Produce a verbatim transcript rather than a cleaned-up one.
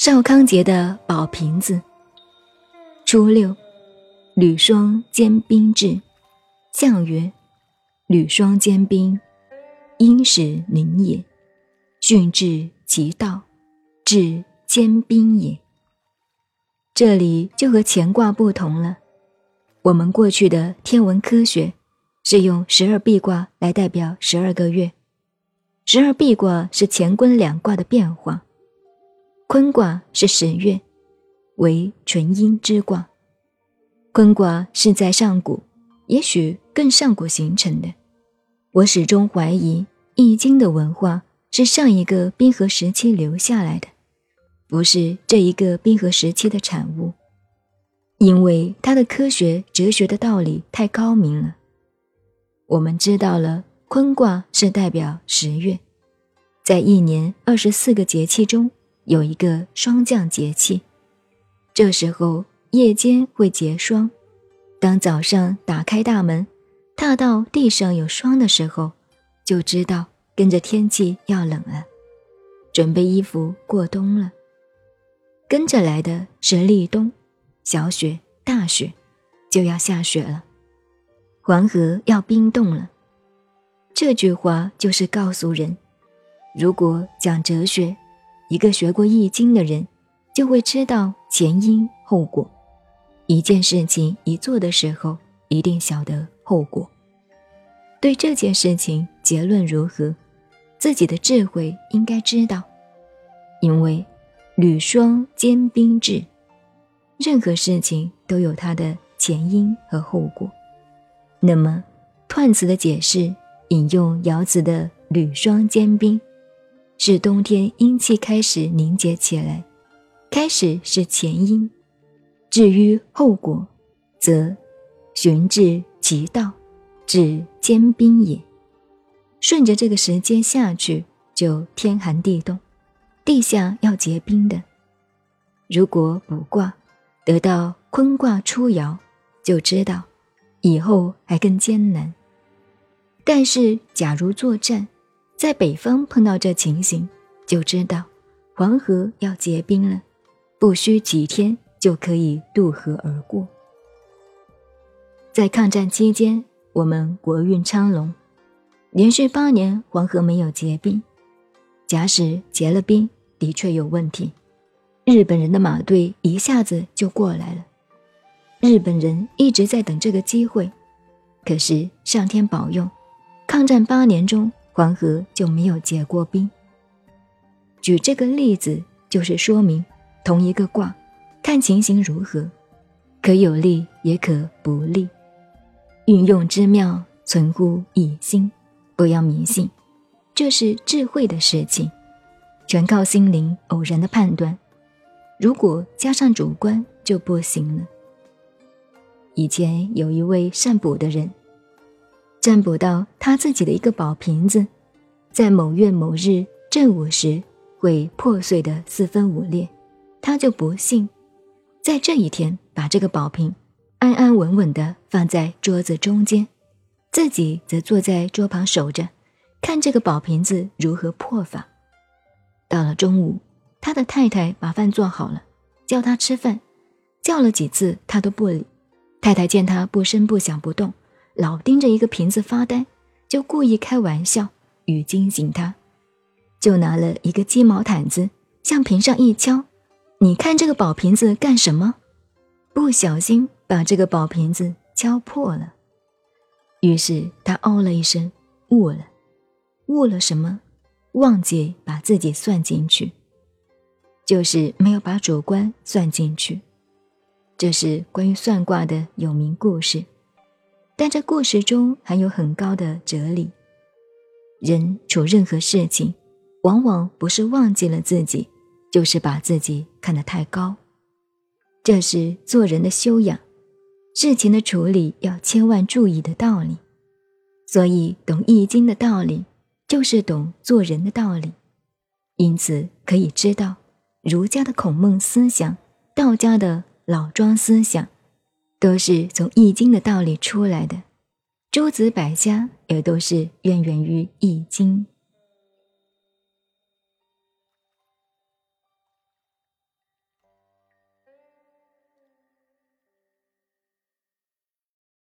邵康节的宝瓶子。初六，履霜坚冰至。象曰：履霜坚冰，应使凝也。训至其道，至坚冰也。这里就和乾卦不同了。我们过去的天文科学是用十二臂卦来代表十二个月，十二臂卦是乾坤两卦的变化，坤卦是十月，为纯阴之卦。坤卦是在上古，也许更上古形成的。我始终怀疑易经的文化是上一个冰河时期留下来的，不是这一个冰河时期的产物，因为它的科学哲学的道理太高明了。我们知道了坤卦是代表十月，在一年二十四个节气中有一个霜降节气，这时候夜间会结霜，当早上打开大门，踏到地上有霜的时候，就知道跟着天气要冷了，准备衣服过冬了。跟着来的是立冬，小雪、大雪，就要下雪了。黄河要冰冻了。这句话就是告诉人，如果讲哲学，一个学过易经的人就会知道前因后果，一件事情一做的时候一定晓得后果。对这件事情结论如何，自己的智慧应该知道，因为履霜坚冰至，任何事情都有它的前因和后果。那么彖辞的解释引用爻辞的履霜坚冰，是冬天阴气开始凝结起来，开始是前因，至于后果，则循至其道，至坚冰也。顺着这个时间下去，就天寒地冻，地下要结冰的。如果卜卦得到坤卦出爻，就知道以后还更艰难。但是假如作战，在北方碰到这情形，就知道黄河要结冰了，不需几天就可以渡河而过。在抗战期间，我们国运昌隆，连续八年黄河没有结冰。假使结了冰，的确有问题，日本人的马队一下子就过来了。日本人一直在等这个机会，可是上天保佑，抗战八年中黄河就没有结过冰。举这个例子就是说明，同一个卦看情形如何，可有利也可不利。运用之妙，存乎一心，不要迷信，这是智慧的事情，全靠心灵偶然的判断，如果加上主观就不行了。以前有一位占卜的人，占卜到他自己的一个宝瓶子，在某月某日正午时会破碎的四分五裂，他就不信，在这一天把这个宝瓶安安稳稳地放在桌子中间，自己则坐在桌旁守着，看这个宝瓶子如何破法。到了中午，他的太太把饭做好了，叫他吃饭，叫了几次他都不理。太太见他不声不响不动，老盯着一个瓶子发呆，就故意开玩笑，欲惊醒他，就拿了一个鸡毛毯子向瓶上一敲，你看这个宝瓶子干什么？不小心把这个宝瓶子敲破了。于是他哦了一声，悟了。悟了什么？忘记把自己算进去，就是没有把主观算进去。这是关于算卦的有名故事，但这故事中含有很高的哲理。人处任何事情，往往不是忘记了自己，就是把自己看得太高。这是做人的修养，事情的处理要千万注意的道理。所以懂易经的道理，就是懂做人的道理。因此可以知道，儒家的孔孟思想，道家的老庄思想，都是从易经的道理出来的，诸子百家也都是渊源于易经。